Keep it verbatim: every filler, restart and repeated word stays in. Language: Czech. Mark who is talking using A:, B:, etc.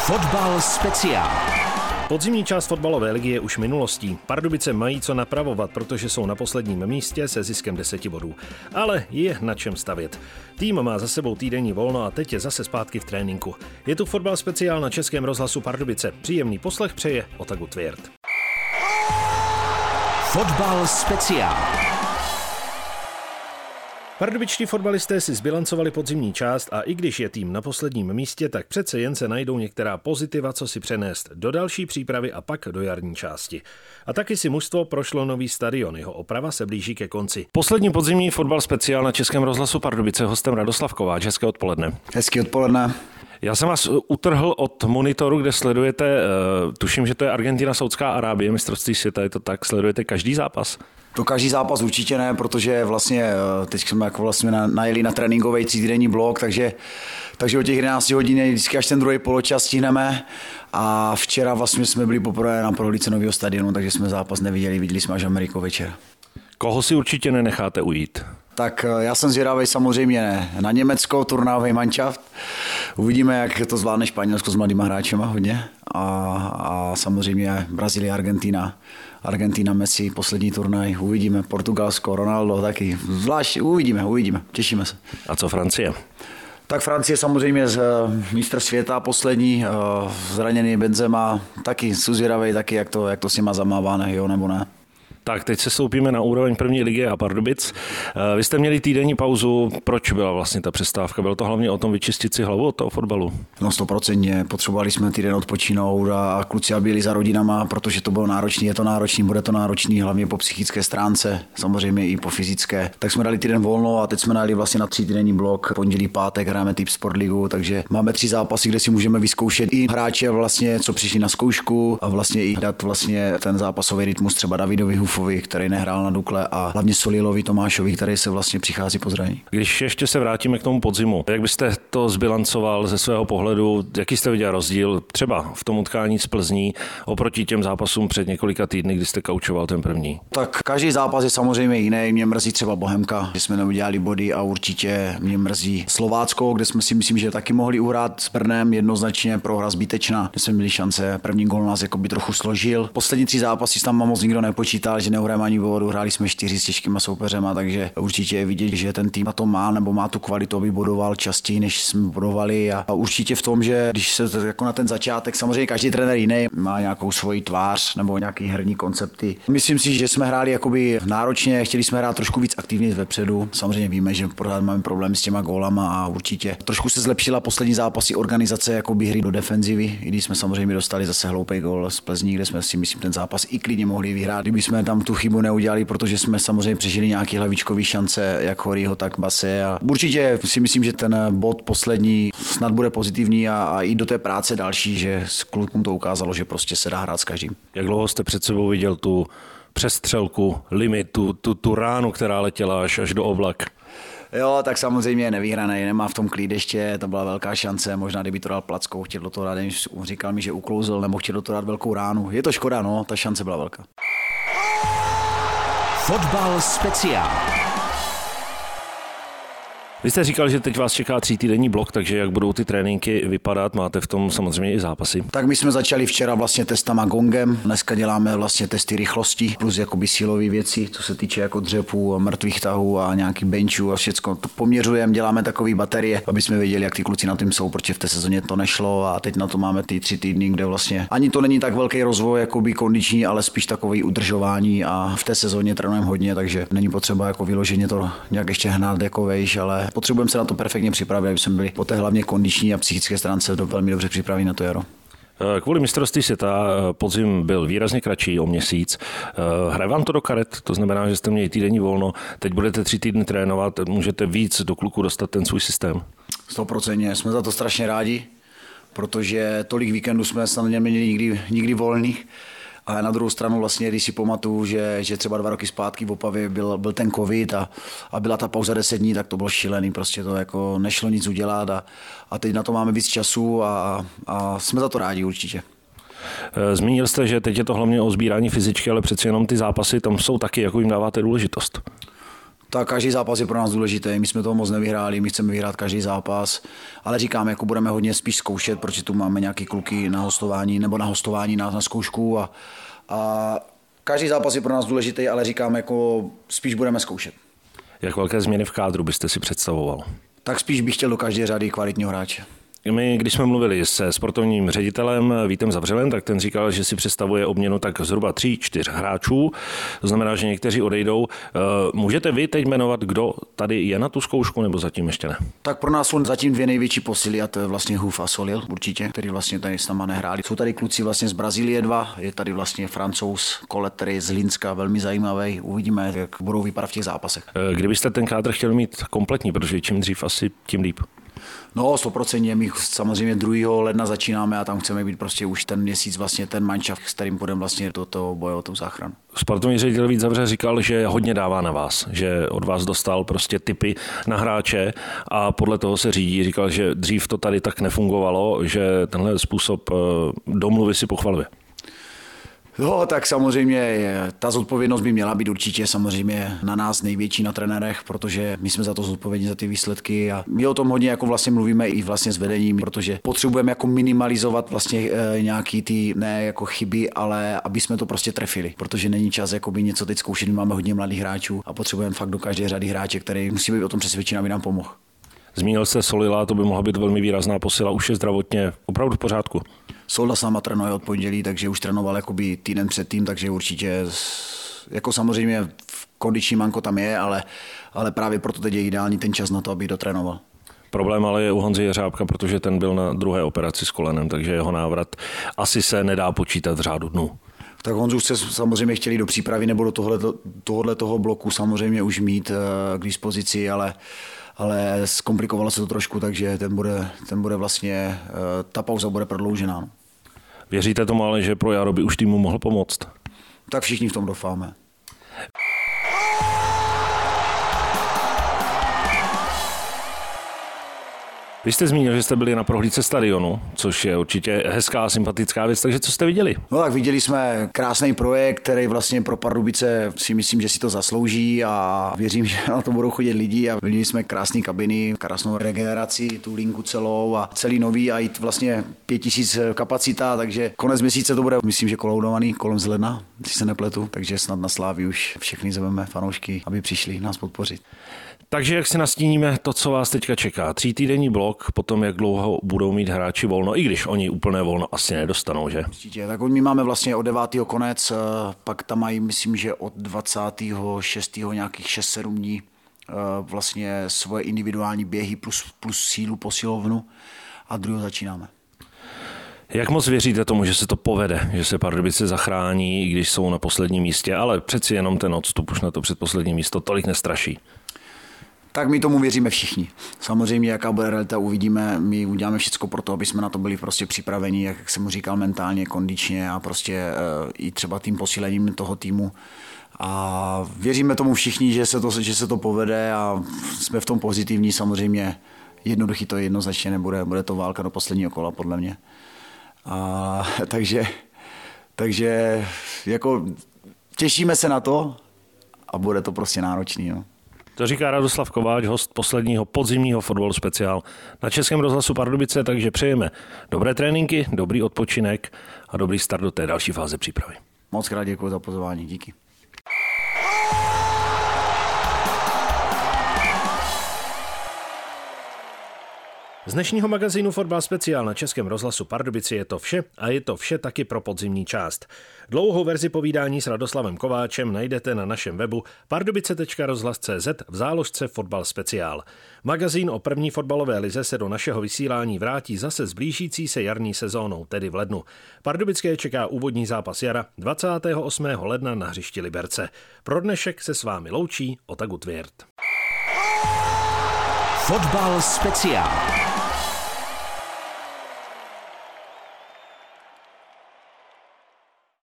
A: Fotbal speciál.
B: Podzimní část fotbalové ligy je už minulostí. Pardubice mají co napravovat, protože jsou na posledním místě se ziskem deseti bodů. Ale je na čem stavět. Tým má za sebou týdenní volno a teď je zase zpátky v tréninku. Je tu fotbal speciál na Českém rozhlasu Pardubice. Příjemný poslech přeje Otagu Tvěrt.
A: Fotbal speciál.
B: Pardubičtí fotbalisté si zbilancovali podzimní část a i když je tým na posledním místě, tak přece jen se najdou některá pozitiva, co si přenést do další přípravy a pak do jarní části. A taky si mužstvo prošlo nový stadion, jeho oprava se blíží ke konci. Poslední podzimní fotbal speciál na Českém rozhlasu Pardubice, hostem Radoslav Kováč. Hezké odpoledne.
C: Hezké odpoledne.
B: Já jsem vás utrhl od monitoru, kde sledujete, tuším, že to je Argentina, Saudská Arábie, mistrovství světa, je to tak, sledujete každý zápas?
C: To každý zápas určitě ne, protože vlastně teď jsme jako vlastně najeli na tréninkový třídenní blok, takže, takže o těch jedenáct hodin je vždycky až ten druhý poločas stihneme. A včera vlastně jsme byli poprvé na prohlídce nového stadionu, takže jsme zápas neviděli, viděli jsme až Ameriku večer.
B: Koho si určitě nenecháte ujít?
C: Tak já jsem zvědavý samozřejmě ne. Na Německo, turnávej Mannschaft. Uvidíme, jak to zvládne Španělsko s mladýma hráčema hodně. A, a samozřejmě Brazílie, Argentina. Argentina, Messi, poslední turnaj. Uvidíme. Portugalsko, Ronaldo taky. Zvlášť uvidíme, uvidíme. Těšíme se.
B: A co Francie?
C: Tak Francie samozřejmě z mistr světa poslední, zraněný Benzema. Taky jsou zvědavý, taky jak to, jak to s nima zamává, jo nebo ne.
B: Tak, teď se stoupíme na úroveň první ligy a Pardubic. Vy jste měli týdenní pauzu. Proč byla vlastně ta přestávka? Bylo to hlavně o tom vyčistit si hlavu od toho fotbalu?
C: No stoprocentně. Potřebovali jsme týden odpočinout a kluci byli za rodinama, protože to bylo náročný, je to náročný, bude to náročný, hlavně po psychické stránce, samozřejmě i po fyzické. Tak jsme dali týden volno a teď jsme dali vlastně na tři týdenní blok. Pondělí, pátek hrajeme typ Sportligu, takže máme tři zápasy, kde si můžeme vyzkoušet i hráče vlastně, co přišli na zkoušku a vlastně i dát vlastně ten zápasový rytmus třeba Davidovi Hufovi, který nehrál na Dukle, a hlavně Solilovi Tomášovi, který se vlastně přichází po zranění.
B: Když ještě se vrátíme k tomu podzimu, jak byste to zbilancoval ze svého pohledu, jaký jste viděl rozdíl třeba v tom utkání s Plzní oproti těm zápasům před několika týdny, kdy jste kaučoval ten první?
C: Tak každý zápas je samozřejmě jiný. Mě mrzí třeba Bohemka, že jsme neudělali body, a určitě mě mrzí Slovácko, kde jsme si myslím, že taky mohli uhrát s Brnem, jednoznačně prohra zbytečná, kde jsme měli šance. První gól nás jakoby trochu složil. Poslední tři zápasy tam moc nikdo nepočítal, že nehrajeme ani vodu, hráli jsme čtyři s těžkýma soupeřema, takže určitě je vidět, že ten tým na to má, nebo má tu kvalitu, aby bodoval častěji, než jsme bodovali, a určitě v tom, že když se jako na ten začátek, samozřejmě každý trenér jiný má nějakou svoji tvář nebo nějaký herní koncepty. Myslím si, že jsme hráli jakoby náročně, chtěli jsme hrát trošku víc aktivně vepředu. Samozřejmě víme, že pořád máme problémy s těma gólama a určitě trošku se zlepšila poslední zápasy organizace jakoby hry do defenzivy, i když jsme samozřejmě dostali zase hloupý gól z Plzní, kde jsme si myslím ten zápas i klidně mohli vyhrát, kdyby jsme tam tu chybu neudělali, protože jsme samozřejmě přežili nějaký hlavičkový šance, jak Horyho, tak Base, a určitě si myslím, že ten bod poslední snad bude pozitivní a, a i do té práce další, že s klukům to ukázalo, že prostě se dá hrát s každým.
B: Jak dlouho jste před sebou viděl tu přestřelku, limit, tu, tu, tu ránu, která letěla až, až do oblak?
C: Jo, tak samozřejmě je nevyhraný, nemá v tom klid ještě, to byla velká šance, možná kdyby to dal Plackou, chtěl do toho dát, říkal mi, že uklouzl, nebo chtěl do toho dát velkou ránu. Je to škoda, no, ta šance byla velká.
A: Fotbal speciál.
B: Vy jste říkal, že teď vás čeká tří týdenní blok, takže jak budou ty tréninky vypadat, máte v tom samozřejmě i zápasy.
C: Tak my jsme začali včera vlastně testama gongem, dneska děláme vlastně testy rychlosti, plus jakoby silové věci, co se týče jako dřepů, mrtvých tahů a nějakých benchů a všecko. To poměřujeme, děláme takové baterie, aby jsme věděli, jak ty kluci na tím jsou, protože v té sezóně to nešlo, a teď na to máme ty tři týdny, kde vlastně ani to není tak velký rozvoj jakoby kondiční, ale spíš takový udržování, a v té sezóně trénujeme hodně, takže není potřeba jako vyloženě to nějak ještě hnát jako vejš, ale potřebujeme se na to perfektně připravit, aby jsme byli po té hlavně kondiční a psychické stránce do velmi dobře připraveni na to jaro.
B: Kvůli mistrovství světa podzim byl výrazně kratší, o měsíc. Hraje vám to do karet? To znamená, že jste měli týdenní volno, teď budete tři týdny trénovat, můžete víc do kluku dostat ten svůj systém? Stoprocentně,
C: jsme za to strašně rádi, protože tolik víkendů jsme snad neměli nikdy, nikdy volných. Ale na druhou stranu vlastně, když si pamatuju, že, že třeba dva roky zpátky v Opavě byl, byl ten covid a, a byla ta pauza deset dní, tak to bylo šílený, prostě to jako nešlo nic udělat, a, a teď na to máme víc času a, a jsme za to rádi určitě.
B: Zmínil jste, že teď je to hlavně o sbírání fyzičky, ale přeci jenom ty zápasy tam jsou taky, jako jim dáváte důležitost.
C: Tak každý zápas je pro nás důležitý, my jsme toho moc nevyhráli, my chceme vyhrát každý zápas, ale říkám, jako budeme hodně spíš zkoušet, protože tu máme nějaký kluky na hostování nebo na hostování na, na zkoušku a, a každý zápas je pro nás důležitý, ale říkám, jako spíš budeme zkoušet.
B: Jak velké změny v kádru byste si představoval?
C: Tak spíš bych chtěl do každé řady kvalitního hráče.
B: My, když jsme mluvili se sportovním ředitelem Vítem Zavřelem, tak ten říkal, že si představuje obměnu tak zhruba tří, čtyř hráčů. To znamená, že někteří odejdou. Můžete vy teď jmenovat, kdo tady je na tu zkoušku, nebo zatím ještě ne?
C: Tak pro nás jsou zatím dvě největší posily, a to je vlastně Huf a Solil určitě, který vlastně tady s náma nehráli. Jsou tady kluci vlastně z Brazílie dva, je tady vlastně Francouz Kolet, který z Hlinska, velmi zajímavý. Uvidíme, jak budou vypadat v těch zápasech.
B: Kdybyste ten kádr chtěl mít kompletní, protože čím dřív asi tím líp.
C: No, sto procent. My samozřejmě druhého ledna začínáme a tam chceme být prostě už ten měsíc vlastně ten manšaft, s kterým půjdeme vlastně do toho boje o tu záchranu.
B: Sportovní ředitel Vít Zavře říkal, že hodně dává na vás, že od vás dostal prostě tipy na hráče a podle toho se řídí. Říkal, že dřív to tady tak nefungovalo, že tenhle způsob domluvy si pochvaluje.
C: No, tak samozřejmě ta zodpovědnost by měla být určitě samozřejmě na nás největší, na trenérech, protože my jsme za to zodpovědní, za ty výsledky a my o tom hodně jako vlastně mluvíme i vlastně s vedením, protože potřebujeme jako minimalizovat vlastně e, nějaký ty ne jako chyby, ale aby jsme to prostě trefili, protože není čas jakoby něco teď zkoušet, my máme hodně mladých hráčů a potřebujeme fakt do každé řady hráče, který musí být o tom přesvědčen, aby nám pomohl.
B: Zmínil jste Solila, to by mohla být velmi výrazná posila, už je zdravotně opravdu v pořádku.
C: Solda s náma trénuje od pondělí, takže už trénoval jakoby týden předtím, takže určitě jako samozřejmě v kondiční manko tam je, ale, ale právě proto teď je ideální ten čas na to, aby dotrénoval.
B: Problém ale je u Honzy Jeřábka, protože ten byl na druhé operaci s kolenem, takže jeho návrat asi se nedá počítat v řádu dnů.
C: Tak Honzu se samozřejmě chtěli do přípravy nebo do tohohle, tohohle toho bloku samozřejmě už mít k dispozici, ale ale zkomplikovalo se to trošku, takže ten bude, ten bude vlastně, ta pauza bude prodloužená. No.
B: Věříte tomu ale, že pro jaro by už týmu mohl pomoct?
C: Tak všichni v tom doufáme.
B: Vy jste zmínil, že jste byli na prohlídce stadionu, což je určitě hezká a sympatická věc, takže co jste viděli?
C: No tak viděli jsme krásný projekt, který vlastně pro Pardubice si myslím, že si to zaslouží a věřím, že na to budou chodit lidi a viděli jsme krásné kabiny, krásnou regeneraci, tu linku celou a celý nový a jít vlastně pět tisíc kapacita, takže konec měsíce to bude, myslím, že koloudovaný kolem z ledna, když se nepletu, takže snad na Slávy už všechny zveme fanoušky, aby přišli nás podpořit.
B: Takže jak si nastíníme to, co vás teďka čeká? Třítýdenní blok, potom jak dlouho budou mít hráči volno, i když oni úplné volno asi nedostanou, že?
C: Určitě, tak my máme vlastně od devátého konec, pak tam mají, myslím, že od dvacátého šestého nějakých šest sedm dní vlastně svoje individuální běhy plus, plus sílu posilovnu a druhého začínáme.
B: Jak moc věříte tomu, že se to povede, že se Pardubice zachrání, i když jsou na posledním místě, ale přeci jenom ten odstup už na to předposlední místo tolik nestraší?
C: Tak my tomu věříme všichni. Samozřejmě, jaká bude realita, uvidíme. My uděláme všechno pro to, aby jsme na to byli prostě připraveni, jak jsem mu říkal, mentálně, kondičně a prostě uh, i třeba tím posílením toho týmu. A věříme tomu všichni, že se to, že se to povede a jsme v tom pozitivní. Samozřejmě jednoduchý to jednoznačně nebude. Bude to válka do posledního kola, podle mě. A, takže, takže jako těšíme se na to a bude to prostě náročný. No.
B: To říká Radoslav Kováč, host posledního podzimního fotbalu speciál na Českém rozhlasu Pardubice, takže přejeme dobré tréninky, dobrý odpočinek a dobrý start do té další fáze přípravy.
C: Moc krát děkuji za pozvání, díky.
B: Z dnešního magazínu Fotbal speciál na Českém rozhlasu Pardubici je to vše a je to vše taky pro podzimní část. Dlouhou verzi povídání s Radoslavem Kováčem najdete na našem webu pardubice tečka rozhlas tečka cé zet v záložce Fotbal speciál. Magazín o první fotbalové lize se do našeho vysílání vrátí zase s blížící se jarní sezónou, tedy v lednu. Pardubické čeká úvodní zápas jara dvacátého osmého ledna na hřišti Liberce. Pro dnešek se s vámi loučí Ota Gutwirth.
A: Fotbal speciál.